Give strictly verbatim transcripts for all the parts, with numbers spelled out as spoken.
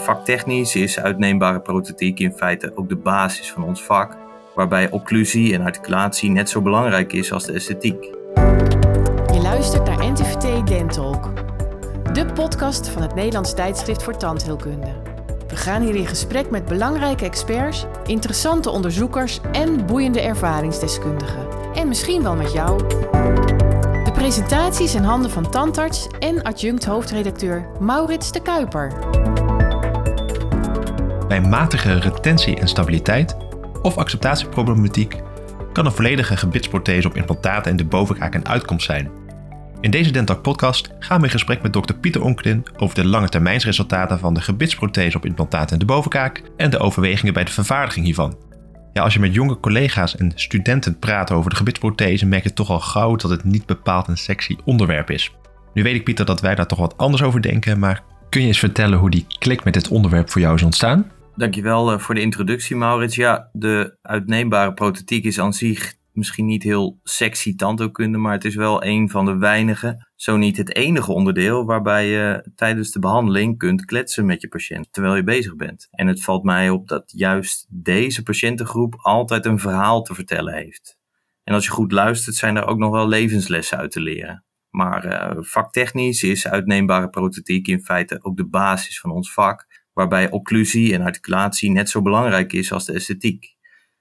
vaktechnisch is uitneembare prothetiek in feite ook de basis van ons vak, waarbij occlusie en articulatie net zo belangrijk is als de esthetiek. Je luistert naar N T V T Dentalk, de podcast van het Nederlands Tijdschrift voor Tandheelkunde. We gaan hier in gesprek met belangrijke experts, interessante onderzoekers en boeiende ervaringsdeskundigen. En misschien wel met jou. De presentaties in handen van tandarts en adjunct hoofdredacteur Maurits de Kuiper. Bij matige retentie en stabiliteit of acceptatieproblematiek kan een volledige gebitsprothese op implantaten en de bovenkaak een uitkomst zijn. In deze Dentalk podcast gaan we in gesprek met dokter Pieter Onkelin over de lange termijnsresultaten van de gebitsprothese op implantaten en de bovenkaak en de overwegingen bij de vervaardiging hiervan. Ja, als je met jonge collega's en studenten praat over de gebitsprothese, merk je toch al gauw dat het niet bepaald een sexy onderwerp is. Nu weet ik, Pieter, dat wij daar toch wat anders over denken, maar kun je eens vertellen hoe die klik met dit onderwerp voor jou is ontstaan? Dankjewel voor de introductie, Maurits. Ja, de uitneembare prothetiek is aan zich misschien niet heel sexy tandheelkunde, maar het is wel een van de weinige, zo niet het enige onderdeel waarbij je tijdens de behandeling kunt kletsen met je patiënt terwijl je bezig bent. En het valt mij op dat juist deze patiëntengroep altijd een verhaal te vertellen heeft. En als je goed luistert, zijn er ook nog wel levenslessen uit te leren. Maar uh, vaktechnisch is uitneembare prothetiek in feite ook de basis van ons vak, waarbij occlusie en articulatie net zo belangrijk is als de esthetiek.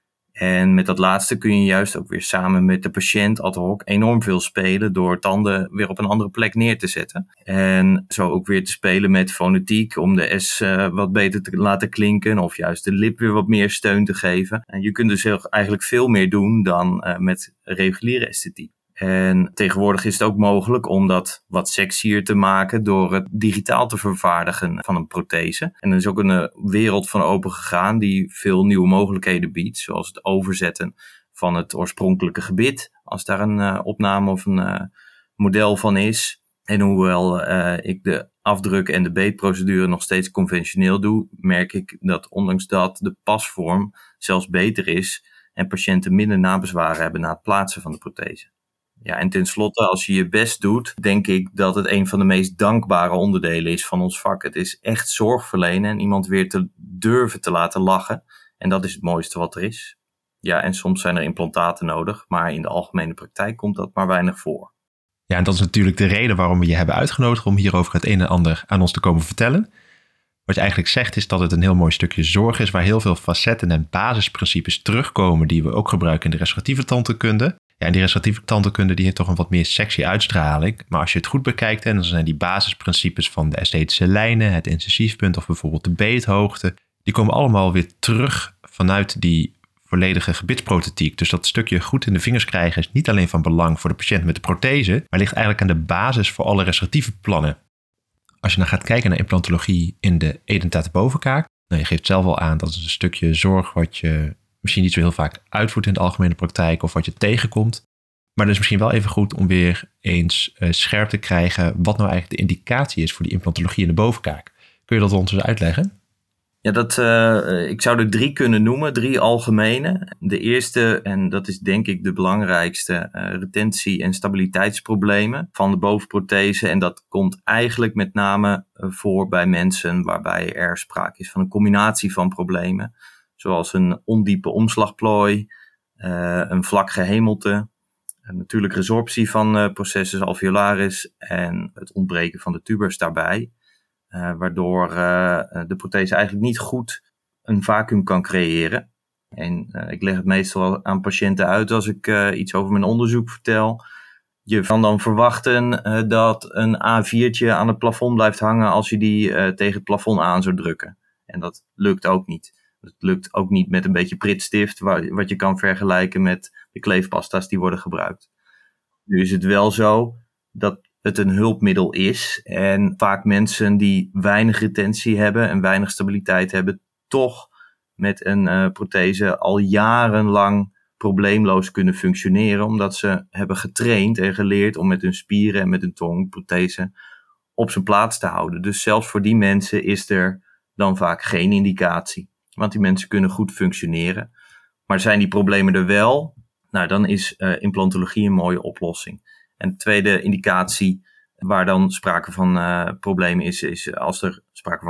En met dat laatste kun je juist ook weer samen met de patiënt ad hoc enorm veel spelen door tanden weer op een andere plek neer te zetten. En zo ook weer te spelen met fonetiek om de S uh, wat beter te laten klinken of juist de lip weer wat meer steun te geven. En je kunt dus eigenlijk veel meer doen dan uh, met reguliere esthetiek. En tegenwoordig is het ook mogelijk om dat wat sexier te maken door het digitaal te vervaardigen van een prothese. En er is ook een wereld van open gegaan die veel nieuwe mogelijkheden biedt, zoals het overzetten van het oorspronkelijke gebit, als daar een uh, opname of een uh, model van is. En hoewel uh, ik de afdruk en de beetprocedure nog steeds conventioneel doe, merk ik dat ondanks dat de pasvorm zelfs beter is en patiënten minder nabezwaren hebben na het plaatsen van de prothese. Ja, en tenslotte, als je je best doet, denk ik dat het een van de meest dankbare onderdelen is van ons vak. Het is echt zorg verlenen en iemand weer te durven te laten lachen. En dat is het mooiste wat er is. Ja, en soms zijn er implantaten nodig, maar in de algemene praktijk komt dat maar weinig voor. Ja, en dat is natuurlijk de reden waarom we je hebben uitgenodigd om hierover het een en ander aan ons te komen vertellen. Wat je eigenlijk zegt is dat het een heel mooi stukje zorg is waar heel veel facetten en basisprincipes terugkomen die we ook gebruiken in de restauratieve tandheelkunde. Ja, en die restauratieve tandheelkunde die heeft toch een wat meer sexy uitstraling. Maar als je het goed bekijkt, dan zijn die basisprincipes van de esthetische lijnen, het incisiefpunt of bijvoorbeeld de beethoogte, die komen allemaal weer terug vanuit die volledige gebitsprothetiek. Dus dat stukje goed in de vingers krijgen is niet alleen van belang voor de patiënt met de prothese, maar ligt eigenlijk aan de basis voor alle restauratieve plannen. Als je dan gaat kijken naar implantologie in de edentate bovenkaak, nou, je geeft zelf al aan dat is een stukje zorg wat je misschien niet zo heel vaak uitvoert in de algemene praktijk of wat je tegenkomt. Maar het is misschien wel even goed om weer eens uh, scherp te krijgen wat nou eigenlijk de indicatie is voor die implantologie in de bovenkaak. Kun je dat ons eens uitleggen? Ja, dat, uh, ik zou er drie kunnen noemen, drie algemene. De eerste, en dat is denk ik de belangrijkste, uh, retentie- en stabiliteitsproblemen van de bovenprothese. En dat komt eigenlijk met name voor bij mensen waarbij er sprake is van een combinatie van problemen. Zoals een ondiepe omslagplooi, uh, een vlak gehemelte, natuurlijk resorptie van uh, processus alveolaris en het ontbreken van de tubers daarbij. Uh, waardoor uh, de prothese eigenlijk niet goed een vacuüm kan creëren. En uh, ik leg het meestal aan patiënten uit als ik uh, iets over mijn onderzoek vertel. Je kan dan verwachten uh, dat een A viertje aan het plafond blijft hangen als je die uh, tegen het plafond aan zou drukken. En dat lukt ook niet. Het lukt ook niet met een beetje pritstift, waar, wat je kan vergelijken met de kleefpasta's die worden gebruikt. Nu is het wel zo dat het een hulpmiddel is en vaak mensen die weinig retentie hebben en weinig stabiliteit hebben, toch met een uh, prothese al jarenlang probleemloos kunnen functioneren, omdat ze hebben getraind en geleerd om met hun spieren en met hun tong prothese op zijn plaats te houden. Dus zelfs voor die mensen is er dan vaak geen indicatie. Want die mensen kunnen goed functioneren. Maar zijn die problemen er wel? Nou, dan is uh, implantologie een mooie oplossing. En de tweede indicatie waar dan sprake van uh, problemen is, is als er sprake van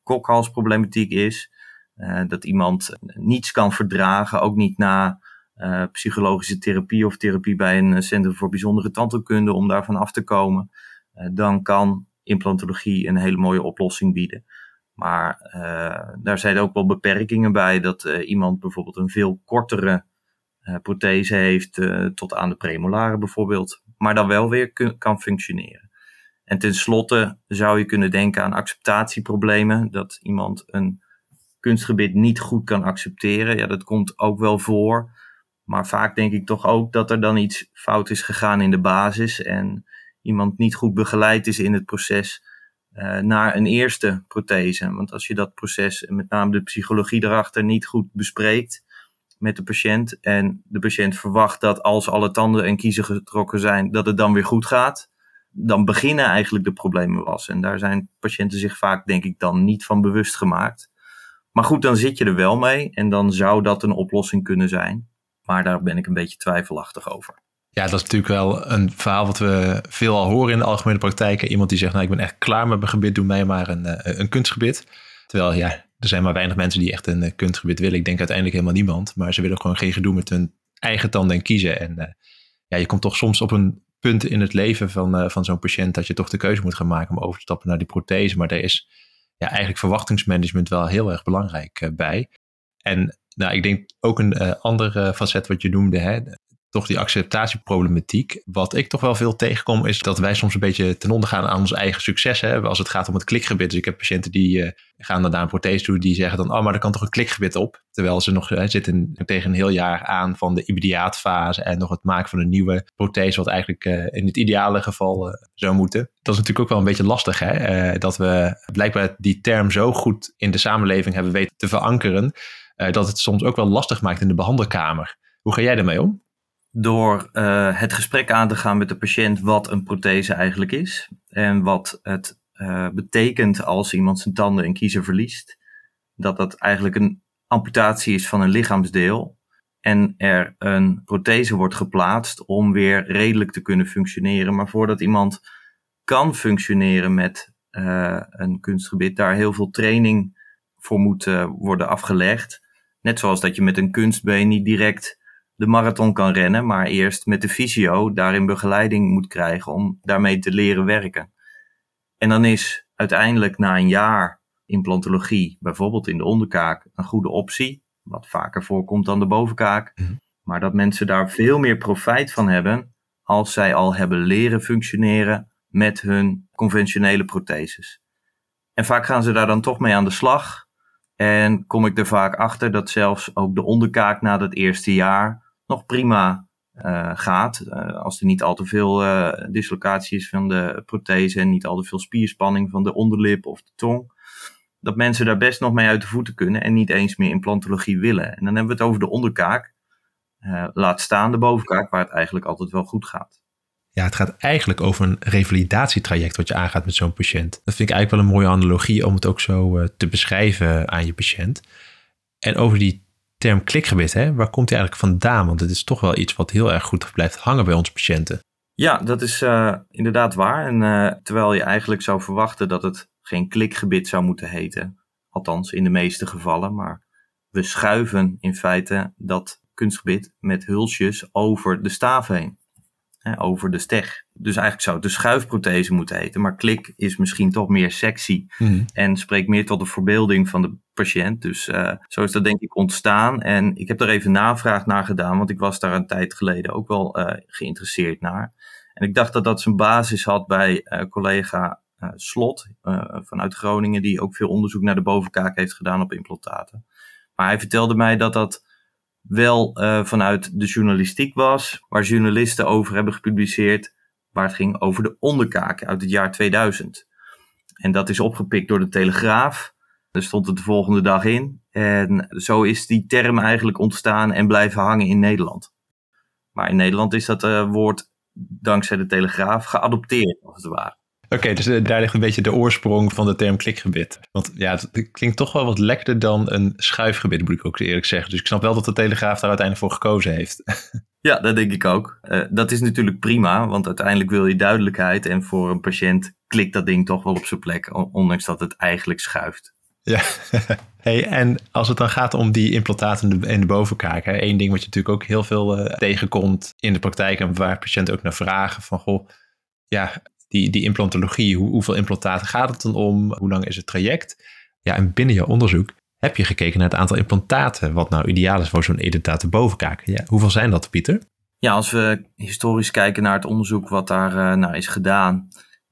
kokhalsproblematiek is. Uh, dat iemand niets kan verdragen, ook niet na uh, psychologische therapie of therapie bij een centrum voor bijzondere tandheelkunde om daarvan af te komen. Uh, dan kan implantologie een hele mooie oplossing bieden. Maar uh, daar zijn ook wel beperkingen bij dat uh, iemand bijvoorbeeld een veel kortere uh, prothese heeft uh, tot aan de premolaren bijvoorbeeld, maar dan wel weer kun- kan functioneren. En tenslotte zou je kunnen denken aan acceptatieproblemen, dat iemand een kunstgebit niet goed kan accepteren. Ja, dat komt ook wel voor, maar vaak denk ik toch ook dat er dan iets fout is gegaan in de basis en iemand niet goed begeleid is in het proces uh, naar een eerste prothese. Want als je dat proces, en met name de psychologie erachter, niet goed bespreekt met de patiënt en de patiënt verwacht dat als alle tanden en kiezen getrokken zijn, dat het dan weer goed gaat, dan beginnen eigenlijk de problemen pas. En daar zijn patiënten zich vaak, denk ik, dan niet van bewust gemaakt. Maar goed, dan zit je er wel mee en dan zou dat een oplossing kunnen zijn. Maar daar ben ik een beetje twijfelachtig over. Ja, dat is natuurlijk wel een verhaal wat we veel al horen in de algemene praktijk. Iemand die zegt, nou ik ben echt klaar met mijn gebit, doe mij maar een, een kunstgebit. Terwijl ja, er zijn maar weinig mensen die echt een kunstgebit willen. Ik denk uiteindelijk helemaal niemand. Maar ze willen gewoon geen gedoe met hun eigen tanden en kiezen. En uh, ja, je komt toch soms op een punt in het leven van, uh, van zo'n patiënt dat je toch de keuze moet gaan maken om over te stappen naar die prothese. Maar daar is ja, eigenlijk verwachtingsmanagement wel heel erg belangrijk uh, bij. En nou, ik denk ook een uh, ander uh, facet wat je noemde, hè, toch die acceptatieproblematiek. Wat ik toch wel veel tegenkom is dat wij soms een beetje ten onder gaan aan ons eigen succes. Hè, als het gaat om het klikgebit. Dus ik heb patiënten die uh, gaan dan naar een prothese toe. Die zeggen dan, oh maar er kan toch een klikgebit op. Terwijl ze nog uh, zitten tegen een heel jaar aan van de immediaatfase. En nog het maken van een nieuwe prothese. Wat eigenlijk uh, in het ideale geval uh, zou moeten. Dat is natuurlijk ook wel een beetje lastig. Hè? Uh, dat we blijkbaar die term zo goed in de samenleving hebben weten te verankeren. Uh, dat het soms ook wel lastig maakt in de behandelkamer. Hoe ga jij daarmee om? Door uh, het gesprek aan te gaan met de patiënt wat een prothese eigenlijk is. En wat het uh, betekent als iemand zijn tanden en kiezen verliest. Dat dat eigenlijk een amputatie is van een lichaamsdeel. En er een prothese wordt geplaatst om weer redelijk te kunnen functioneren. Maar voordat iemand kan functioneren met uh, een kunstgebit, daar heel veel training voor moet uh, worden afgelegd. Net zoals dat je met een kunstbeen niet direct de marathon kan rennen, maar eerst met de fysio daarin begeleiding moet krijgen om daarmee te leren werken. En dan is uiteindelijk na een jaar implantologie, bijvoorbeeld in de onderkaak, een goede optie, wat vaker voorkomt dan de bovenkaak. Mm-hmm. Maar dat mensen daar veel meer profijt van hebben als zij al hebben leren functioneren met hun conventionele protheses. En vaak gaan ze daar dan toch mee aan de slag. En kom ik er vaak achter dat zelfs ook de onderkaak na dat eerste jaar nog prima uh, gaat. Uh, als er niet al te veel uh, dislocatie is van de prothese en niet al te veel spierspanning van de onderlip of de tong. Dat mensen daar best nog mee uit de voeten kunnen en niet eens meer implantologie willen. En dan hebben we het over de onderkaak. Uh, laat staan de bovenkaak, waar het eigenlijk altijd wel goed gaat. Ja, het gaat eigenlijk over een revalidatietraject wat je aangaat met zo'n patiënt. Dat vind ik eigenlijk wel een mooie analogie om het ook zo uh, te beschrijven aan je patiënt. En over die term klikgebit, hè, waar komt die eigenlijk vandaan? Want het is toch wel iets wat heel erg goed blijft hangen bij onze patiënten. Ja, dat is uh, inderdaad waar. En uh, terwijl je eigenlijk zou verwachten dat het geen klikgebit zou moeten heten. Althans, in de meeste gevallen. Maar we schuiven in feite dat kunstgebit met hulsjes over de staaf heen. Hè, over de steg. Dus eigenlijk zou het de schuifprothese moeten heten. Maar klik is misschien toch meer sexy. Mm. En spreekt meer tot de verbeelding van de patiënt. Dus uh, zo is dat denk ik ontstaan. En ik heb er even navraag naar gedaan. Want ik was daar een tijd geleden ook wel uh, geïnteresseerd naar. En ik dacht dat dat zijn basis had bij uh, collega uh, Slot uh, vanuit Groningen. Die ook veel onderzoek naar de bovenkaak heeft gedaan op implantaten. Maar hij vertelde mij dat dat wel uh, vanuit de journalistiek was. Waar journalisten over hebben gepubliceerd. Waar het ging over de onderkaak uit het jaar tweeduizend. En dat is opgepikt door de Telegraaf. Daar stond het de volgende dag in. En zo is die term eigenlijk ontstaan en blijven hangen in Nederland. Maar in Nederland is dat uh, woord dankzij de Telegraaf geadopteerd, als het ware. Oké, okay, dus uh, daar ligt een beetje de oorsprong van de term klikgebit. Want ja, het klinkt toch wel wat lekkerder dan een schuifgebit, moet ik ook eerlijk zeggen. Dus ik snap wel dat de Telegraaf daar uiteindelijk voor gekozen heeft. Ja, dat denk ik ook. Uh, dat is natuurlijk prima, want uiteindelijk wil je duidelijkheid. En voor een patiënt klikt dat ding toch wel op zijn plek, ondanks dat het eigenlijk schuift. Ja, hey, en als het dan gaat om die implantaten in de, in de bovenkaak. Hè, één ding wat je natuurlijk ook heel veel uh, tegenkomt in de praktijk en waar patiënten ook naar vragen van, goh, ja, die, die implantologie, hoe, hoeveel implantaten gaat het dan om? Hoe lang is het traject? Ja, en binnen je onderzoek heb je gekeken naar het aantal implantaten, wat nou ideaal is voor zo'n edentate bovenkaak. Ja, hoeveel zijn dat, Pieter? Ja, als we historisch kijken naar het onderzoek wat daar uh, nou is gedaan,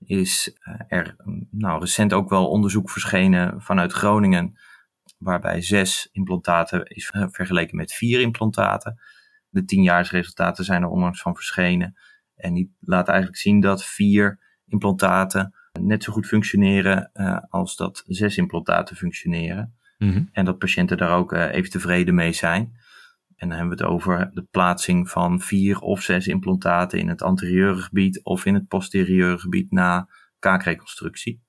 is uh, er nou, recent ook wel onderzoek verschenen vanuit Groningen, waarbij zes implantaten is uh, vergeleken met vier implantaten. De tienjaarsresultaten zijn er onlangs van verschenen. En die laten eigenlijk zien dat vier implantaten net zo goed functioneren uh, als dat zes implantaten functioneren. Mm-hmm. En dat patiënten daar ook uh, even tevreden mee zijn. En dan hebben we het over de plaatsing van vier of zes implantaten in het anterieure gebied of in het posterieure gebied na kaakreconstructie.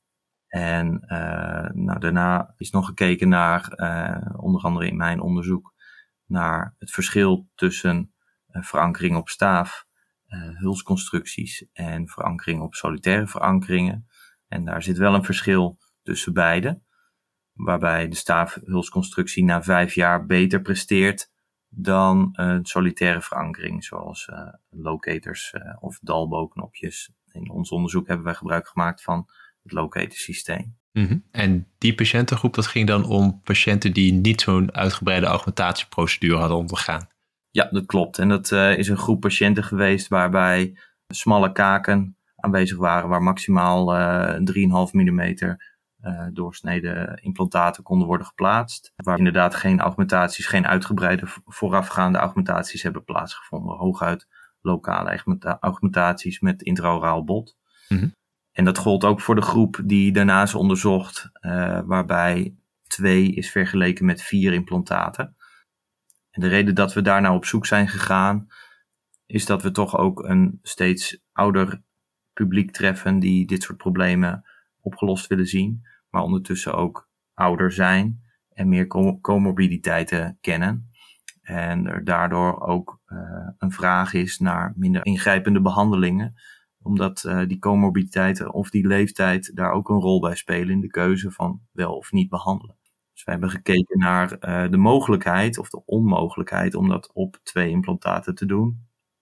En uh, nou, daarna is nog gekeken naar, uh, onder andere in mijn onderzoek, naar het verschil tussen uh, verankering op staaf, uh, hulsconstructies en verankering op solitaire verankeringen. En daar zit wel een verschil tussen beide, waarbij de staafhulsconstructie na vijf jaar beter presteert dan een solitaire verankering, zoals uh, locators uh, of Dalbo-knopjes. In ons onderzoek hebben wij gebruik gemaakt van het locator-systeem. Mm-hmm. En die patiëntengroep, dat ging dan om patiënten die niet zo'n uitgebreide augmentatieprocedure hadden ondergaan? Ja, dat klopt. En dat uh, is een groep patiënten geweest waarbij smalle kaken aanwezig waren, waar maximaal uh, drie komma vijf millimeter Uh, doorsneden implantaten konden worden geplaatst. Waar inderdaad geen augmentaties, geen uitgebreide voorafgaande augmentaties hebben plaatsgevonden. Hooguit lokale augmentaties met intraoraal bot. Mm-hmm. En dat gold ook voor de groep die daarna is onderzocht, uh, waarbij twee is vergeleken met vier implantaten. En de reden dat we daar nou op zoek zijn gegaan, is dat we toch ook een steeds ouder publiek treffen die dit soort problemen opgelost willen zien, maar ondertussen ook ouder zijn en meer com- comorbiditeiten kennen. En er daardoor ook uh, een vraag is naar minder ingrijpende behandelingen, omdat uh, die comorbiditeiten of die leeftijd daar ook een rol bij spelen in de keuze van wel of niet behandelen. Dus wij hebben gekeken naar uh, de mogelijkheid of de onmogelijkheid om dat op twee implantaten te doen.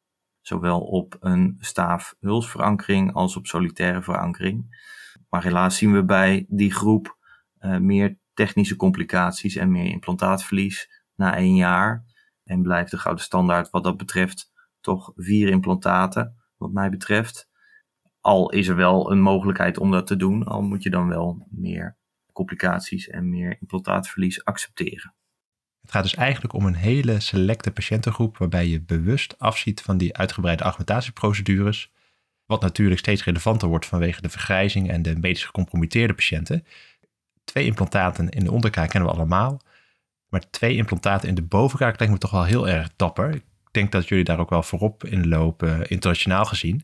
Zowel op een staafhulsverankering als op solitaire verankering. Maar helaas zien we bij die groep uh, meer technische complicaties en meer implantaatverlies na één jaar. En blijft de gouden standaard wat dat betreft toch vier implantaten, wat mij betreft. Al is er wel een mogelijkheid om dat te doen, al moet je dan wel meer complicaties en meer implantaatverlies accepteren. Het gaat dus eigenlijk om een hele selecte patiëntengroep waarbij je bewust afziet van die uitgebreide augmentatieprocedures. Wat natuurlijk steeds relevanter wordt vanwege de vergrijzing en de medisch gecompromitteerde patiënten. Twee implantaten in de onderkaak kennen we allemaal. Maar twee implantaten in de bovenkaak lijkt me toch wel heel erg dapper. Ik denk dat jullie daar ook wel voorop in lopen, internationaal gezien.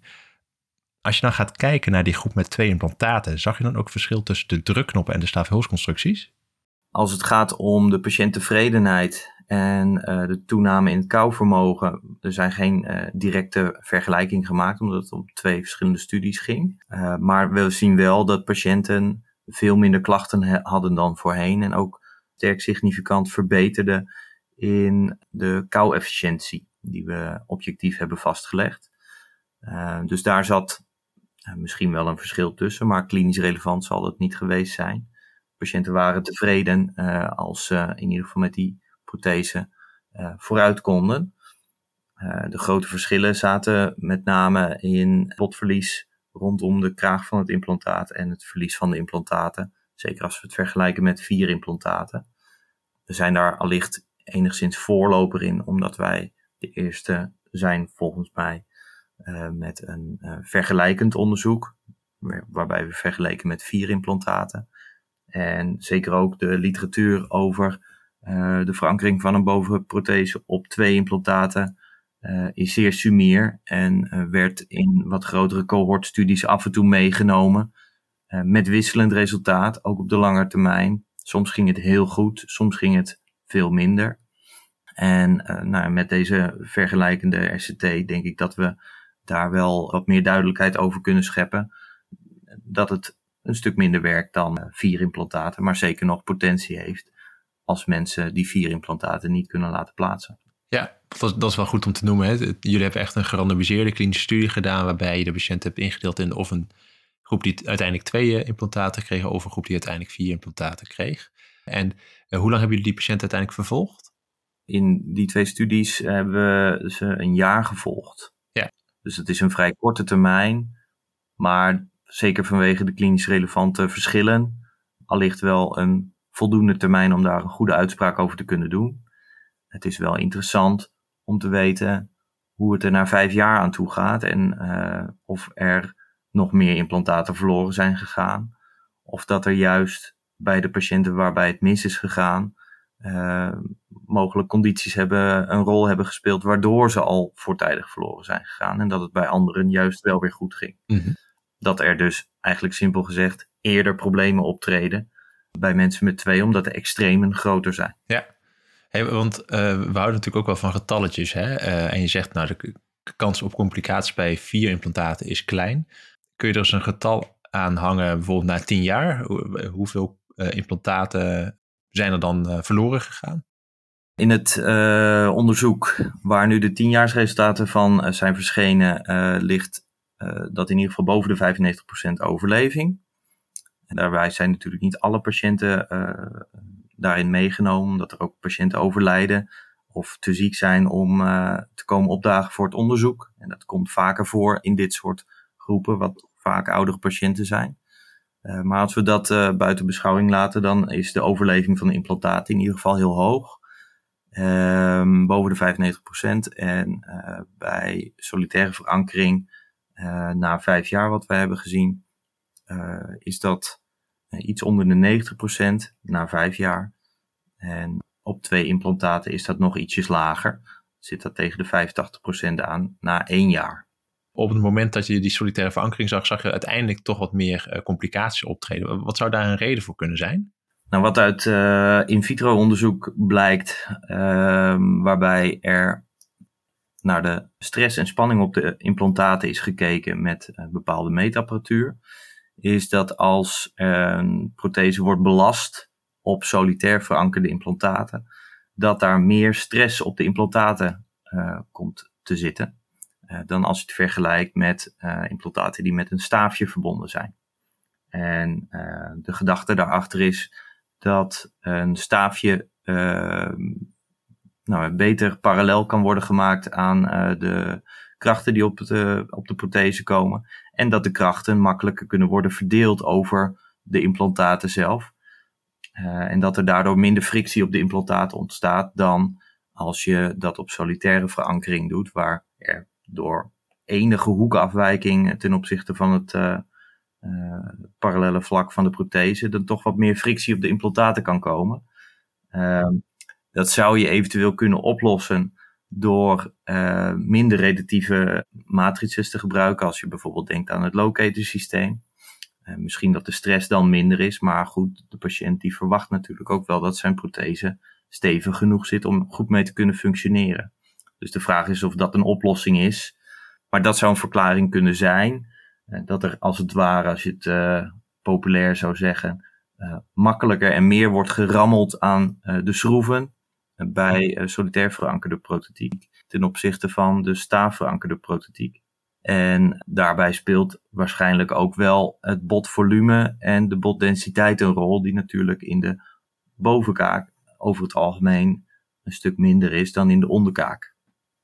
Als je dan gaat kijken naar die groep met twee implantaten, zag je dan ook verschil tussen de drukknoppen en de staafhulsconstructies? Als het gaat om de patiënttevredenheid en uh, de toename in het kauwvermogen, er zijn geen uh, directe vergelijking gemaakt, omdat het om twee verschillende studies ging. Uh, maar we zien wel dat patiënten veel minder klachten he- hadden dan voorheen en ook sterk significant verbeterden in de kauwefficiëntie die we objectief hebben vastgelegd. Uh, dus daar zat uh, misschien wel een verschil tussen, maar klinisch relevant zal het niet geweest zijn. Patiënten waren tevreden uh, als ze uh, in ieder geval met die prothese uh, vooruit konden. Uh, de grote verschillen zaten met name in botverlies rondom de kraag van het implantaat en het verlies van de implantaten. Zeker als we het vergelijken met vier implantaten. We zijn daar allicht enigszins voorloper in, omdat wij de eerste zijn volgens mij uh, met een uh, vergelijkend onderzoek, waarbij we vergeleken met vier implantaten. En zeker ook de literatuur over uh, de verankering van een bovenprothese op twee implantaten uh, is zeer sumier en uh, werd in wat grotere cohortstudies af en toe meegenomen uh, met wisselend resultaat, ook op de lange termijn. Soms ging het heel goed, soms ging het veel minder. En uh, nou, met deze vergelijkende R C T denk ik dat we daar wel wat meer duidelijkheid over kunnen scheppen. Dat het een stuk minder werkt dan uh, vier implantaten, maar zeker nog potentie heeft als mensen die vier implantaten niet kunnen laten plaatsen. Ja, dat is, dat is wel goed om te noemen. Hè? Jullie hebben echt een gerandomiseerde klinische studie gedaan waarbij je de patiënt hebt ingedeeld in of een groep die uiteindelijk twee implantaten kreeg of een groep die uiteindelijk vier implantaten kreeg. En uh, hoe lang hebben jullie die patiënt uiteindelijk vervolgd? In die twee studies hebben we ze een jaar gevolgd. Ja. Dus het is een vrij korte termijn, maar zeker vanwege de klinisch relevante verschillen, allicht wel een voldoende termijn om daar een goede uitspraak over te kunnen doen. Het is wel interessant om te weten hoe het er na vijf jaar aan toe gaat en uh, of er nog meer implantaten verloren zijn gegaan. Of dat er juist bij de patiënten waarbij het mis is gegaan, uh, mogelijk condities hebben, een rol hebben gespeeld waardoor ze al voortijdig verloren zijn gegaan. En dat het bij anderen juist wel weer goed ging. Mm-hmm. Dat er dus eigenlijk simpel gezegd eerder problemen optreden bij mensen met twee, omdat de extremen groter zijn. Ja. Hey, want uh, we houden natuurlijk ook wel van getalletjes. Hè? Uh, en je zegt, nou, de kans op complicaties bij vier implantaten is klein. Kun je er eens een getal aan hangen, bijvoorbeeld na tien jaar? Hoe, hoeveel uh, implantaten zijn er dan uh, verloren gegaan? In het uh, onderzoek waar nu de tienjaarsresultaten van uh, zijn verschenen, uh, ligt uh, dat in ieder geval boven de vijfennegentig procent overleving. En daarbij zijn natuurlijk niet alle patiënten uh, daarin meegenomen, omdat er ook patiënten overlijden of te ziek zijn om uh, te komen opdagen voor het onderzoek. En dat komt vaker voor in dit soort groepen, wat vaak oudere patiënten zijn. Uh, maar als we dat uh, buiten beschouwing laten, dan is de overleving van de implantaten in ieder geval heel hoog. Um, boven de vijfennegentig procent. En uh, bij solitaire verankering uh, na vijf jaar wat we hebben gezien, uh, is dat uh, iets onder de negentig procent na vijf jaar. En op twee implantaten is dat nog ietsjes lager. Zit dat tegen de vijfentachtig procent aan na één jaar. Op het moment dat je die solitaire verankering zag, zag je uiteindelijk toch wat meer uh, complicaties optreden. Wat zou daar een reden voor kunnen zijn? Nou, wat uit uh, in vitro onderzoek blijkt, uh, waarbij er naar de stress en spanning op de implantaten is gekeken met uh, bepaalde meetapparatuur, is dat als een prothese wordt belast op solitair verankerde implantaten, dat daar meer stress op de implantaten uh, komt te zitten, uh, dan als je het vergelijkt met uh, implantaten die met een staafje verbonden zijn. En uh, de gedachte daarachter is dat een staafje uh, nou, beter parallel kan worden gemaakt aan uh, de krachten die op de, op de prothese komen. En dat de krachten makkelijker kunnen worden verdeeld over de implantaten zelf. Uh, en dat er daardoor minder frictie op de implantaten ontstaat dan als je dat op solitaire verankering doet, waar er door enige hoekafwijking ten opzichte van het uh, uh, parallele vlak van de prothese, dan toch wat meer frictie op de implantaten kan komen. Uh, dat zou je eventueel kunnen oplossen door uh, minder redutieve matrices te gebruiken, als je bijvoorbeeld denkt aan het locator systeem. Uh, misschien dat de stress dan minder is, maar goed, de patiënt die verwacht natuurlijk ook wel dat zijn prothese stevig genoeg zit om goed mee te kunnen functioneren. Dus de vraag is of dat een oplossing is. Maar dat zou een verklaring kunnen zijn. Uh, dat er als het ware, als je het uh, populair zou zeggen, uh, makkelijker en meer wordt gerammeld aan uh, de schroeven uh, bij uh, solitair verankerde prothetiek ten opzichte van de staaf verankerde prothetiek. En daarbij speelt waarschijnlijk ook wel het botvolume en de botdensiteit een rol, die natuurlijk in de bovenkaak over het algemeen een stuk minder is dan in de onderkaak.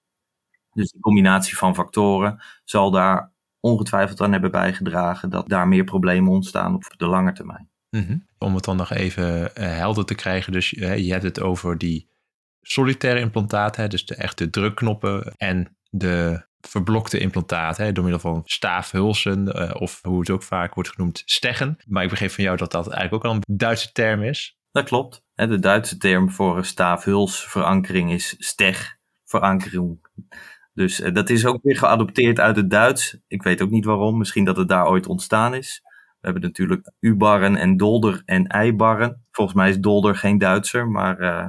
Dus de combinatie van factoren zal daar ongetwijfeld aan hebben bijgedragen dat daar meer problemen ontstaan op de lange termijn. Mm-hmm. Om het dan nog even uh, helder te krijgen, dus uh, je hebt het over die solitaire implantaten, dus de echte drukknoppen en de verblokte implantaten, hè, door middel van staafhulsen, uh, of hoe het ook vaak wordt genoemd, steggen. Maar ik begreep van jou dat dat eigenlijk ook al een Duitse term is. Dat klopt. De Duitse term voor een staafhulsverankering is stegverankering. Dus uh, dat is ook weer geadopteerd uit het Duits. Ik weet ook niet waarom. Misschien dat het daar ooit ontstaan is. We hebben natuurlijk U-barren en dolder en I-barren. Volgens mij is dolder geen Duitser, maar uh,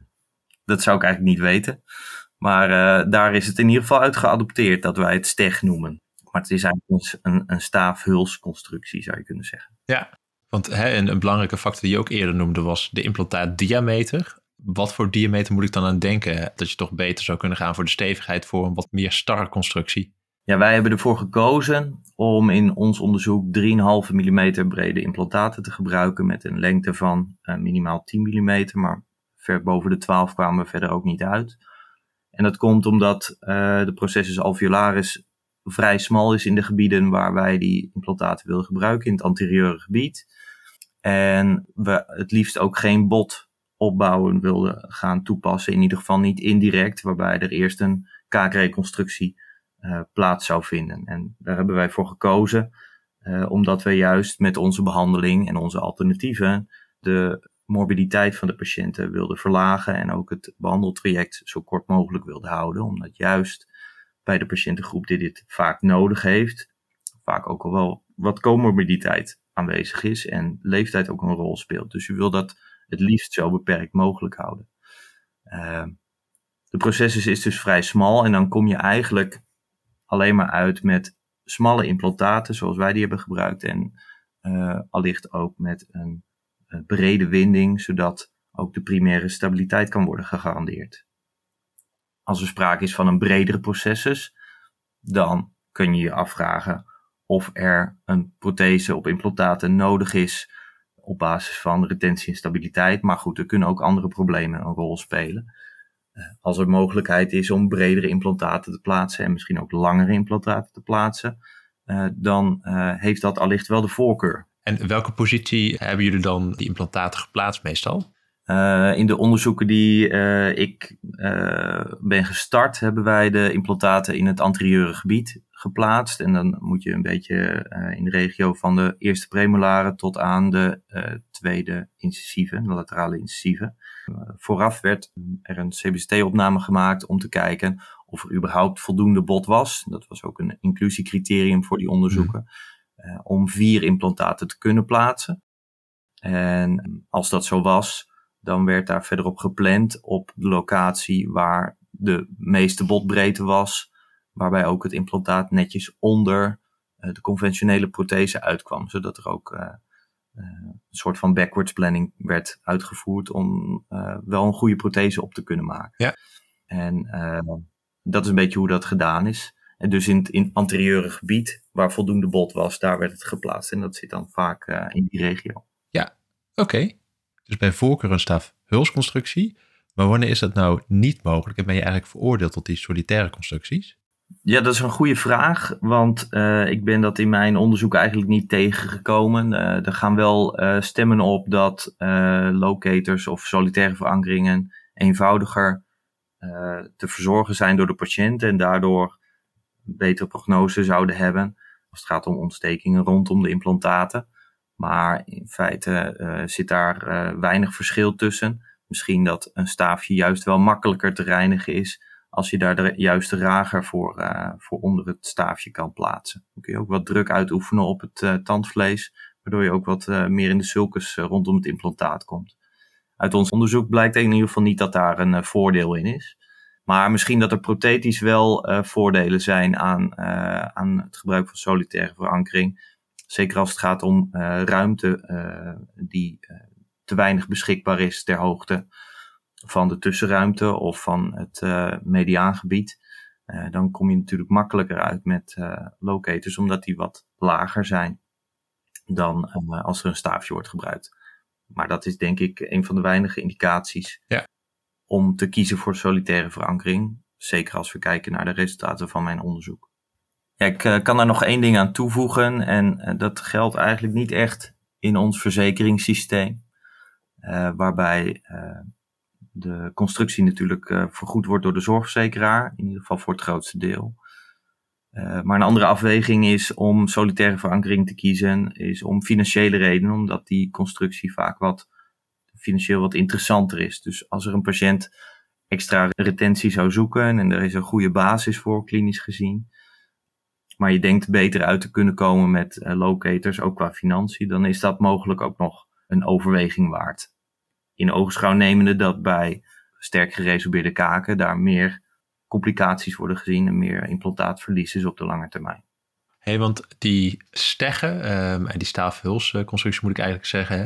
dat zou ik eigenlijk niet weten. Maar uh, daar is het in ieder geval uit geadopteerd dat wij het steg noemen. Maar het is eigenlijk een, een staafhulsconstructie, zou je kunnen zeggen. Ja, want hè, een, een belangrijke factor die je ook eerder noemde was de implantaatdiameter. Wat voor diameter moet ik dan aan denken dat je toch beter zou kunnen gaan voor de stevigheid voor een wat meer starre constructie? Ja, wij hebben ervoor gekozen om in ons onderzoek drie komma vijf millimeter brede implantaten te gebruiken met een lengte van uh, minimaal tien millimeter, maar ver boven de twaalf kwamen we verder ook niet uit. En dat komt omdat uh, de processus alveolaris vrij smal is in de gebieden waar wij die implantaten willen gebruiken, in het anterieure gebied. En we het liefst ook geen bot opbouwen wilden gaan toepassen, in ieder geval niet indirect, waarbij er eerst een kaakreconstructie uh, plaats zou vinden. En daar hebben wij voor gekozen, uh, omdat we juist met onze behandeling en onze alternatieven de morbiditeit van de patiënten wilden verlagen en ook het behandeltraject zo kort mogelijk wilden houden, omdat juist bij de patiëntengroep die dit vaak nodig heeft, vaak ook al wel wat comorbiditeit aanwezig is en leeftijd ook een rol speelt. Dus je wil dat het liefst zo beperkt mogelijk houden. Uh, de processus is dus vrij smal en dan kom je eigenlijk alleen maar uit met smalle implantaten zoals wij die hebben gebruikt en uh, allicht ook met een, een brede winding, zodat ook de primaire stabiliteit kan worden gegarandeerd. Als er sprake is van een bredere processus, dan kun je je afvragen of er een prothese op implantaten nodig is op basis van retentie en stabiliteit. Maar goed, er kunnen ook andere problemen een rol spelen. Uh, als er mogelijkheid is om bredere implantaten te plaatsen en misschien ook langere implantaten te plaatsen, uh, dan uh, heeft dat allicht wel de voorkeur. En welke positie hebben jullie dan die implantaten geplaatst meestal? Uh, in de onderzoeken die uh, ik uh, ben gestart, hebben wij de implantaten in het anterieure gebied geplaatst. En dan moet je een beetje uh, in de regio van de eerste premolaren tot aan de uh, tweede incisieve, de laterale incisieve. Uh, vooraf werd er een C B C T-opname gemaakt om te kijken of er überhaupt voldoende bot was. Dat was ook een inclusiecriterium voor die onderzoeken. Uh, om vier implantaten te kunnen plaatsen. En als dat zo was, dan werd daar verder op gepland op de locatie waar de meeste botbreedte was, waarbij ook het implantaat netjes onder uh, de conventionele prothese uitkwam, zodat er ook uh, uh, een soort van backwards planning werd uitgevoerd om uh, wel een goede prothese op te kunnen maken. Ja. En uh, dat is een beetje hoe dat gedaan is. En dus in het, in het anterieure gebied, waar voldoende bot was, daar werd het geplaatst. En dat zit dan vaak uh, in die regio. Ja, oké. Okay. Dus bij voorkeur een staafhulsconstructie. Maar wanneer is dat nou niet mogelijk? En ben je eigenlijk veroordeeld tot die solitaire constructies? Ja, dat is een goede vraag. Want uh, ik ben dat in mijn onderzoek eigenlijk niet tegengekomen. Uh, er gaan wel uh, stemmen op dat uh, locators of solitaire verankeringen eenvoudiger uh, te verzorgen zijn door de patiënt. En daardoor een betere prognose zouden hebben als het gaat om ontstekingen rondom de implantaten. Maar in feite uh, zit daar uh, weinig verschil tussen. Misschien dat een staafje juist wel makkelijker te reinigen is als je daar de juiste rager voor, uh, voor onder het staafje kan plaatsen. Dan kun je ook wat druk uitoefenen op het uh, tandvlees, waardoor je ook wat uh, meer in de sulcus uh, rondom het implantaat komt. Uit ons onderzoek blijkt in ieder geval niet dat daar een uh, voordeel in is. Maar misschien dat er prothetisch wel uh, voordelen zijn aan, uh, aan het gebruik van solitaire verankering. Zeker als het gaat om uh, ruimte uh, die uh, te weinig beschikbaar is ter hoogte van de tussenruimte of van het uh, mediaangebied. Uh, dan kom je natuurlijk makkelijker uit met uh, locators, omdat die wat lager zijn dan uh, als er een staafje wordt gebruikt. Maar dat is denk ik een van de weinige indicaties ja. om te kiezen voor solitaire verankering. Zeker als we kijken naar de resultaten van mijn onderzoek. Ja, ik uh, kan daar nog één ding aan toevoegen en uh, dat geldt eigenlijk niet echt in ons verzekeringssysteem. Uh, waarbij uh, de constructie natuurlijk uh, vergoed wordt door de zorgverzekeraar, in ieder geval voor het grootste deel. Uh, maar een andere afweging is om solitaire verankering te kiezen, is om financiële redenen, omdat die constructie vaak wat financieel wat interessanter is. Dus als er een patiënt extra retentie zou zoeken en er is een goede basis voor, klinisch gezien, maar je denkt beter uit te kunnen komen met uh, locators, ook qua financiën, dan is dat mogelijk ook nog een overweging waard. In oogschouw nemende dat bij sterk geresorbeerde kaken daar meer complicaties worden gezien en meer implantaatverlies is op de lange termijn. Hey, want die steggen um, en die staafhulsconstructie moet ik eigenlijk zeggen. Hè?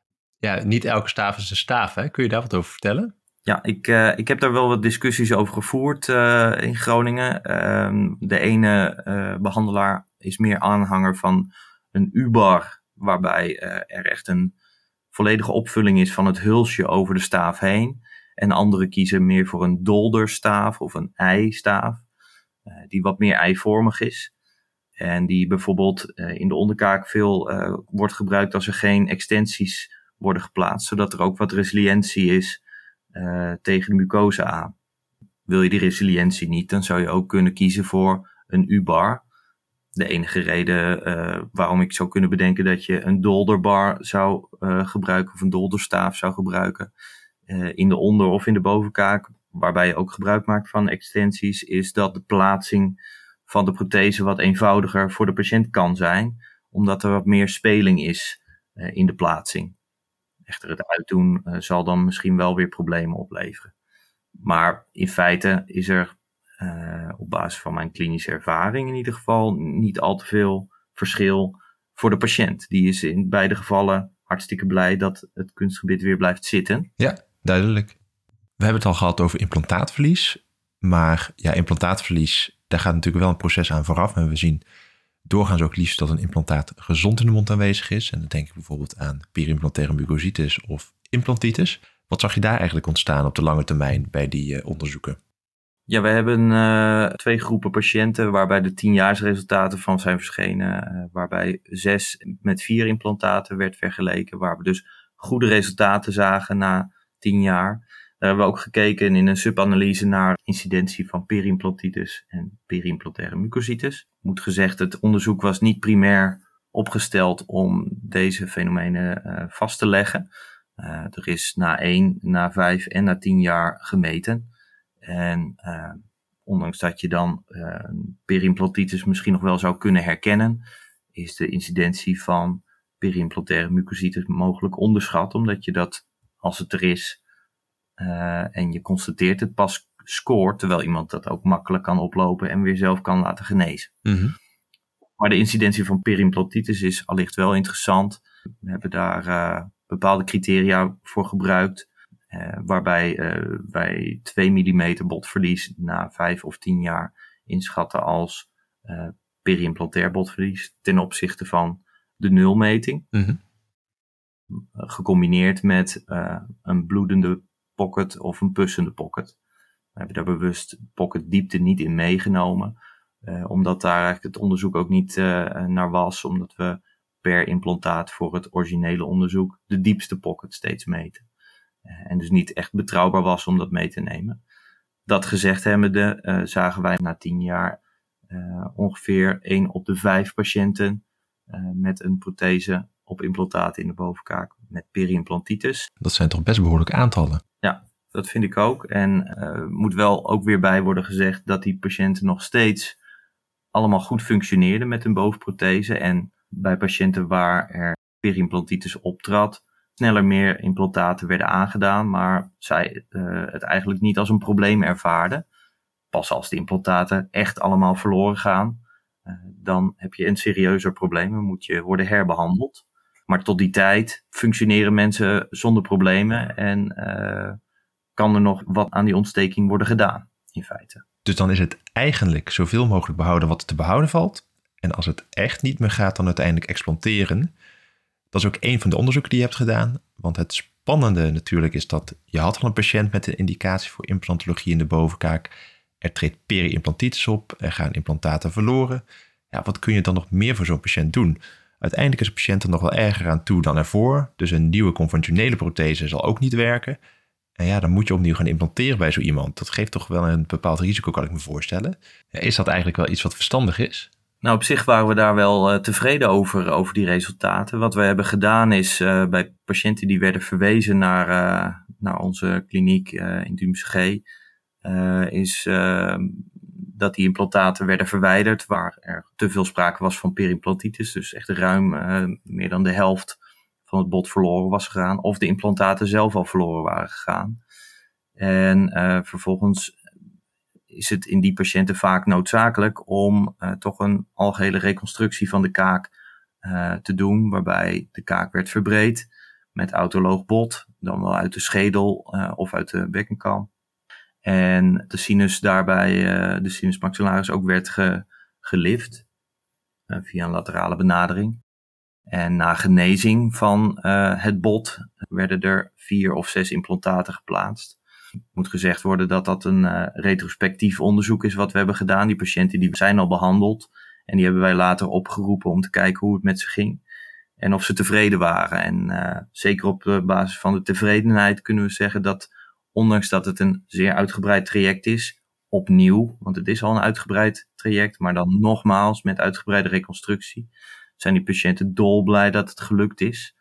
Ja, niet elke staaf is een staaf. Hè? Kun je daar wat over vertellen? Ja, ik, uh, ik heb daar wel wat discussies over gevoerd uh, in Groningen. Uh, de ene uh, behandelaar is meer aanhanger van een U-bar, waarbij uh, er echt een volledige opvulling is van het hulsje over de staaf heen. En anderen kiezen meer voor een dolderstaaf of een ei-staaf, uh, die wat meer eivormig is. En die bijvoorbeeld uh, in de onderkaak veel uh, wordt gebruikt als er geen extensies worden geplaatst, zodat er ook wat resiliëntie is uh, tegen de mucose aan. Wil je die resiliëntie niet, dan zou je ook kunnen kiezen voor een U-bar. De enige reden uh, waarom ik zou kunnen bedenken dat je een dolderbar zou uh, gebruiken of een dolderstaaf zou gebruiken uh, in de onder- of in de bovenkaak, waarbij je ook gebruik maakt van extensies, is dat de plaatsing van de prothese wat eenvoudiger voor de patiënt kan zijn, omdat er wat meer speling is uh, in de plaatsing. Echter, het uitdoen uh, zal dan misschien wel weer problemen opleveren. Maar in feite is er uh, op basis van mijn klinische ervaring in ieder geval niet al te veel verschil voor de patiënt. Die is in beide gevallen hartstikke blij dat het kunstgebit weer blijft zitten. Ja, duidelijk. We hebben het al gehad over implantaatverlies. Maar ja, implantaatverlies, daar gaat natuurlijk wel een proces aan vooraf. En we zien doorgaans ook liefst dat een implantaat gezond in de mond aanwezig is. En dan denk ik bijvoorbeeld aan periimplantaire mucositis of implantitis. Wat zag je daar eigenlijk ontstaan op de lange termijn bij die uh, onderzoeken? Ja, we hebben uh, twee groepen patiënten waarbij de tienjaarsresultaten van zijn verschenen. Uh, waarbij zes met vier implantaten werd vergeleken. Waar we dus goede resultaten zagen na tien jaar. Daar hebben we ook gekeken in een subanalyse naar incidentie van periimplantitis en periimplantaire mucositis. Moet gezegd, het onderzoek was niet primair opgesteld om deze fenomenen uh, vast te leggen. Uh, er is na één, na vijf en na tien jaar gemeten. En uh, ondanks dat je dan uh, periimplantitis misschien nog wel zou kunnen herkennen, is de incidentie van periimplantaire mucositis mogelijk onderschat, omdat je dat, als het er is, Uh, en je constateert het pas scoort, terwijl iemand dat ook makkelijk kan oplopen en weer zelf kan laten genezen. Mm-hmm. Maar de incidentie van periimplantitis is allicht wel interessant. We hebben daar uh, bepaalde criteria voor gebruikt, uh, waarbij uh, wij twee millimeter botverlies na vijf of tien jaar inschatten als uh, periimplantair botverlies ten opzichte van de nulmeting. Mm-hmm. Uh, gecombineerd met uh, een bloedende pocket of een pussende pocket. We hebben daar bewust pocketdiepte niet in meegenomen, uh, omdat daar eigenlijk het onderzoek ook niet uh, naar was, omdat we per implantaat voor het originele onderzoek de diepste pocket steeds meten. Uh, en dus niet echt betrouwbaar was om dat mee te nemen. Dat gezegd hebbende, uh, zagen wij na tien jaar uh, ongeveer één op de vijf patiënten uh, met een prothese op implantaten in de bovenkaak met periimplantitis. Dat zijn toch best behoorlijke aantallen? Ja, dat vind ik ook. En uh, moet wel ook weer bij worden gezegd dat die patiënten nog steeds allemaal goed functioneerden met hun bovenprothese. En bij patiënten waar er periimplantitis optrad, sneller meer implantaten werden aangedaan, maar zij uh, het eigenlijk niet als een probleem ervaarden. Pas als de implantaten echt allemaal verloren gaan, uh, dan heb je een serieuzer probleem en moet je worden herbehandeld. Maar tot die tijd functioneren mensen zonder problemen en uh, kan er nog wat aan die ontsteking worden gedaan, in feite. Dus dan is het eigenlijk zoveel mogelijk behouden wat er te behouden valt. En als het echt niet meer gaat, dan uiteindelijk explanteren. Dat is ook een van de onderzoeken die je hebt gedaan. Want het spannende natuurlijk is dat je had al een patiënt met een indicatie voor implantologie in de bovenkaak. Er treedt periimplantitis op, er gaan implantaten verloren. Ja, wat kun je dan nog meer voor zo'n patiënt doen? Uiteindelijk is de patiënt er nog wel erger aan toe dan ervoor. Dus een nieuwe conventionele prothese zal ook niet werken. En ja, dan moet je opnieuw gaan implanteren bij zo iemand. Dat geeft toch wel een bepaald risico, kan ik me voorstellen. Ja, is dat eigenlijk wel iets wat verstandig is? Nou, op zich waren we daar wel uh, tevreden over, over die resultaten. Wat we hebben gedaan is uh, bij patiënten die werden verwezen naar, uh, naar onze kliniek uh, in D U M C G, uh, is uh, dat die implantaten werden verwijderd waar er te veel sprake was van periimplantitis. Dus echt ruim uh, meer dan de helft van het bot verloren was gegaan. Of de implantaten zelf al verloren waren gegaan. En uh, vervolgens is het in die patiënten vaak noodzakelijk om uh, toch een algehele reconstructie van de kaak uh, te doen, waarbij de kaak werd verbreed met autoloog bot, dan wel uit de schedel uh, of uit de bekkenkam. En de sinus daarbij, uh, de sinus maxillaris ook werd ge, gelift uh, via een laterale benadering. En na genezing van uh, het bot werden er vier of zes implantaten geplaatst. Het moet gezegd worden dat dat een uh, retrospectief onderzoek is wat we hebben gedaan. Die patiënten die zijn al behandeld en die hebben wij later opgeroepen om te kijken hoe het met ze ging. En of ze tevreden waren. En uh, zeker op de basis van de tevredenheid kunnen we zeggen dat, ondanks dat het een zeer uitgebreid traject is, opnieuw, want het is al een uitgebreid traject, maar dan nogmaals met uitgebreide reconstructie, zijn die patiënten dolblij dat het gelukt is.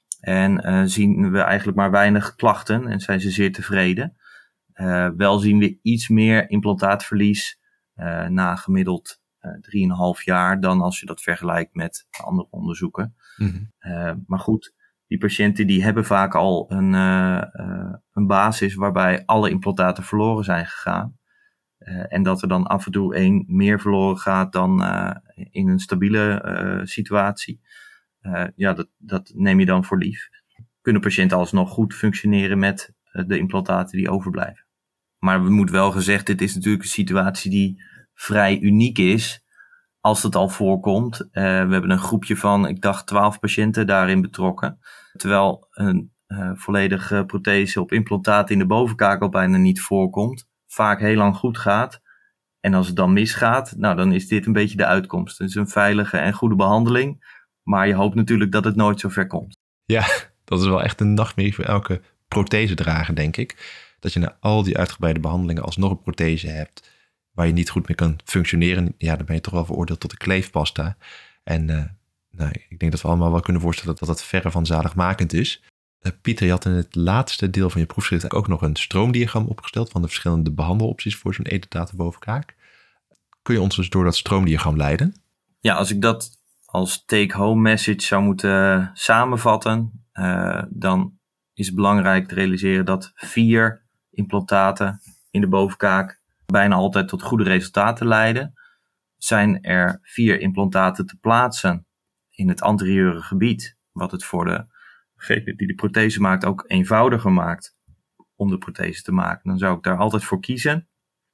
En uh, zien we eigenlijk maar weinig klachten en zijn ze zeer tevreden. Uh, wel zien we iets meer implantaatverlies uh, na gemiddeld uh, drieënhalf jaar dan als je dat vergelijkt met andere onderzoeken. Mm-hmm. Uh, maar goed, die patiënten die hebben vaak al een, uh, uh, een basis waarbij alle implantaten verloren zijn gegaan. Uh, en dat er dan af en toe één meer verloren gaat dan uh, in een stabiele uh, situatie. Uh, ja, dat, dat neem je dan voor lief. Kunnen patiënten alsnog goed functioneren met uh, de implantaten die overblijven. Maar we moet wel gezegd, dit is natuurlijk een situatie die vrij uniek is. Als het al voorkomt. Uh, we hebben een groepje van, ik dacht, twaalf patiënten daarin betrokken. Terwijl een uh, volledige prothese op implantaat in de bovenkaak al bijna niet voorkomt. Vaak heel lang goed gaat. En als het dan misgaat, nou dan is dit een beetje de uitkomst. Het is een veilige en goede behandeling. Maar je hoopt natuurlijk dat het nooit zo ver komt. Ja, dat is wel echt een nachtmerrie voor elke prothesedrager, denk ik. Dat je na al die uitgebreide behandelingen alsnog een prothese hebt waar je niet goed mee kan functioneren. Ja, dan ben je toch wel veroordeeld tot de kleefpasta. En uh, nou, ik denk dat we allemaal wel kunnen voorstellen dat dat verre van zaligmakend is. Uh, Pieter, je had in het laatste deel van je proefschrift ook nog een stroomdiagram opgesteld van de verschillende behandelopties voor zo'n edentaten bovenkaak. Kun je ons dus door dat stroomdiagram leiden? Ja, als ik dat als take-home message zou moeten samenvatten, uh, dan is het belangrijk te realiseren dat vier implantaten in de bovenkaak bijna altijd tot goede resultaten leiden. Zijn er vier implantaten te plaatsen in het anterieure gebied, wat het voor degene die de prothese maakt ook eenvoudiger maakt om de prothese te maken, dan zou ik daar altijd voor kiezen.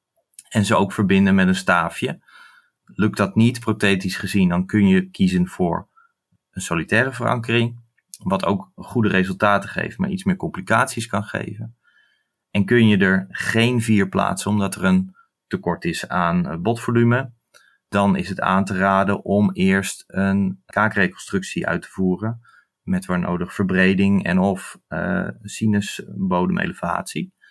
En ze ook verbinden met een staafje. Lukt dat niet, prothetisch gezien, dan kun je kiezen voor een solitaire verankering, wat ook goede resultaten geeft, maar iets meer complicaties kan geven. En kun je er geen vier plaatsen, omdat er een tekort is aan botvolume, dan is het aan te raden om eerst een kaakreconstructie uit te voeren, met waar nodig verbreding en of uh, sinusbodemelevatie.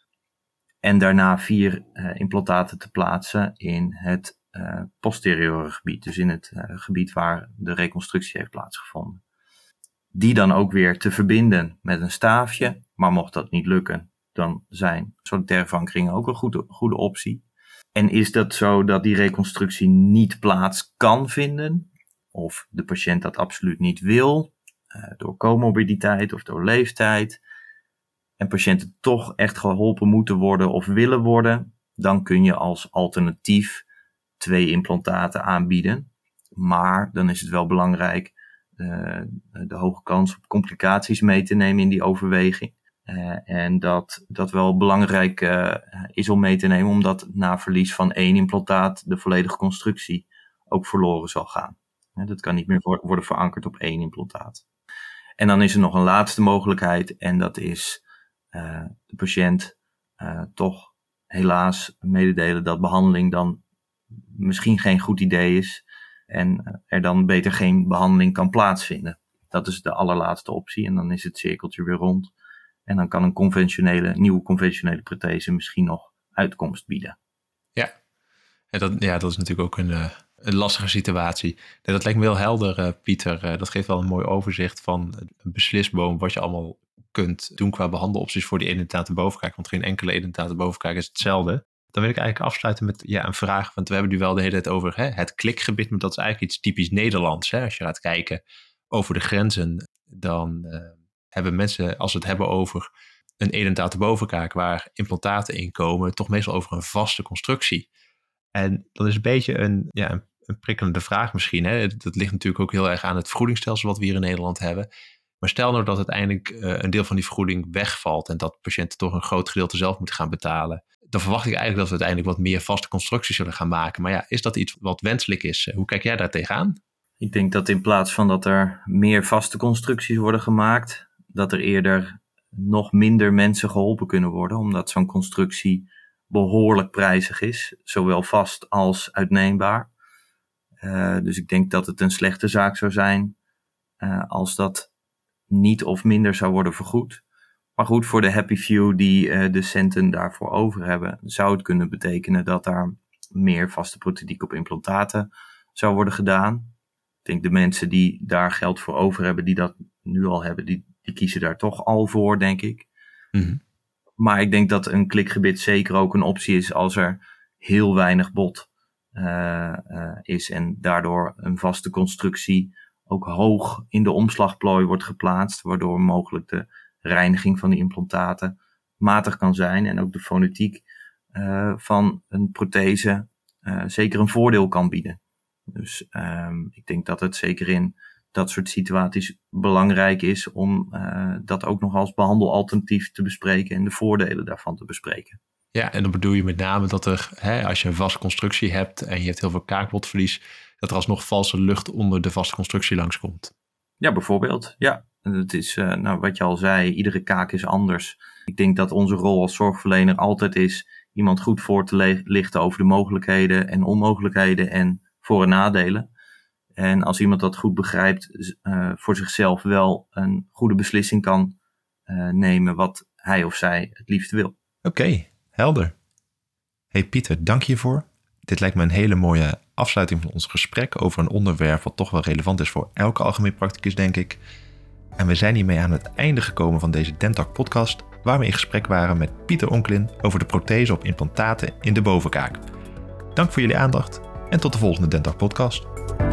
En daarna vier uh, implantaten te plaatsen in het uh, posteriore gebied, dus in het uh, gebied waar de reconstructie heeft plaatsgevonden. Die dan ook weer te verbinden met een staafje, maar mocht dat niet lukken, dan zijn solitaire verankeringen ook een goede, goede optie. En is dat zo dat die reconstructie niet plaats kan vinden, of de patiënt dat absoluut niet wil, uh, door comorbiditeit of door leeftijd, en patiënten toch echt geholpen moeten worden of willen worden, dan kun je als alternatief twee implantaten aanbieden. Maar dan is het wel belangrijk uh, de hoge kans op complicaties mee te nemen in die overweging. Uh, en dat dat wel belangrijk uh, is om mee te nemen, omdat na verlies van één implantaat de volledige constructie ook verloren zal gaan. Uh, dat kan niet meer voor, worden verankerd op één implantaat. En dan is er nog een laatste mogelijkheid en dat is uh, de patiënt uh, toch helaas mededelen dat behandeling dan misschien geen goed idee is en er dan beter geen behandeling kan plaatsvinden. Dat is de allerlaatste optie en dan is het cirkeltje weer rond. En dan kan een conventionele, nieuwe conventionele prothese misschien nog uitkomst bieden. Ja, en dat, ja, dat is natuurlijk ook een, uh, een lastige situatie. Nee, dat lijkt me wel helder, uh, Pieter. Uh, dat geeft wel een mooi overzicht van een beslisboom wat je allemaal kunt doen qua behandelopties voor die edentate bovenkaak. Want geen enkele edentate bovenkaak is hetzelfde. Dan wil ik eigenlijk afsluiten met ja, een vraag. Want we hebben nu wel de hele tijd over hè, het klikgebied. Maar dat is eigenlijk iets typisch Nederlands. Hè? Als je gaat kijken over de grenzen, dan uh, hebben mensen, als we het hebben over een edentaten bovenkaak waar implantaten in komen, toch meestal over een vaste constructie. En dat is een beetje een, ja, een, een prikkelende vraag misschien. Hè? Dat ligt natuurlijk ook heel erg aan het vergoedingsstelsel wat we hier in Nederland hebben. Maar stel nou dat uiteindelijk uh, een deel van die vergoeding wegvalt en dat patiënten toch een groot gedeelte zelf moeten gaan betalen. Dan verwacht ik eigenlijk dat we uiteindelijk wat meer vaste constructies zullen gaan maken. Maar ja, is dat iets wat wenselijk is? Hoe kijk jij daar tegenaan? Ik denk dat in plaats van dat er meer vaste constructies worden gemaakt, dat er eerder nog minder mensen geholpen kunnen worden, omdat zo'n constructie behoorlijk prijzig is, zowel vast als uitneembaar. Uh, dus ik denk dat het een slechte zaak zou zijn uh, als dat niet of minder zou worden vergoed. Maar goed, voor de happy few die uh, de centen daarvoor over hebben, zou het kunnen betekenen dat daar meer vaste prothetiek op implantaten zou worden gedaan. Ik denk de mensen die daar geld voor over hebben, die dat nu al hebben, die, die kiezen daar toch al voor, denk ik. Mm-hmm. Maar ik denk dat een klikgebit zeker ook een optie is als er heel weinig bod uh, uh, is en daardoor een vaste constructie ook hoog in de omslagplooi wordt geplaatst, waardoor mogelijk de reiniging van die implantaten matig kan zijn en ook de fonetiek uh, van een prothese uh, zeker een voordeel kan bieden. Dus um, ik denk dat het zeker in dat soort situaties belangrijk is om uh, dat ook nog als behandelalternatief te bespreken en de voordelen daarvan te bespreken. Ja, en dan bedoel je met name dat er, hè, als je een vaste constructie hebt en je hebt heel veel kaakbotverlies, dat er alsnog valse lucht onder de vaste constructie langskomt. Ja, bijvoorbeeld. Ja, het is, uh, nou, wat je al zei, iedere kaak is anders. Ik denk dat onze rol als zorgverlener altijd is iemand goed voor te le- lichten over de mogelijkheden en onmogelijkheden en voor- en nadelen. En als iemand dat goed begrijpt, uh, voor zichzelf wel een goede beslissing kan uh, nemen wat hij of zij het liefst wil. Oké, okay, helder. Hey Pieter, dank je hiervoor. Dit lijkt me een hele mooie afsluiting van ons gesprek over een onderwerp wat toch wel relevant is voor elke algemeen practicus, denk ik. En we zijn hiermee aan het einde gekomen van deze Dentalk podcast, waar we in gesprek waren met Pieter Onklin over de prothese op implantaten in de bovenkaak. Dank voor jullie aandacht en tot de volgende Dentalk podcast.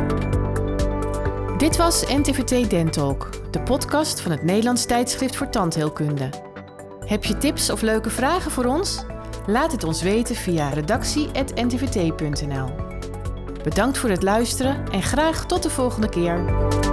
Dit was N T V T Dentalk, de podcast van het Nederlands Tijdschrift voor Tandheelkunde. Heb je tips of leuke vragen voor ons? Laat het ons weten via redactie apenstaartje n t v t punt n l. Bedankt voor het luisteren en graag tot de volgende keer.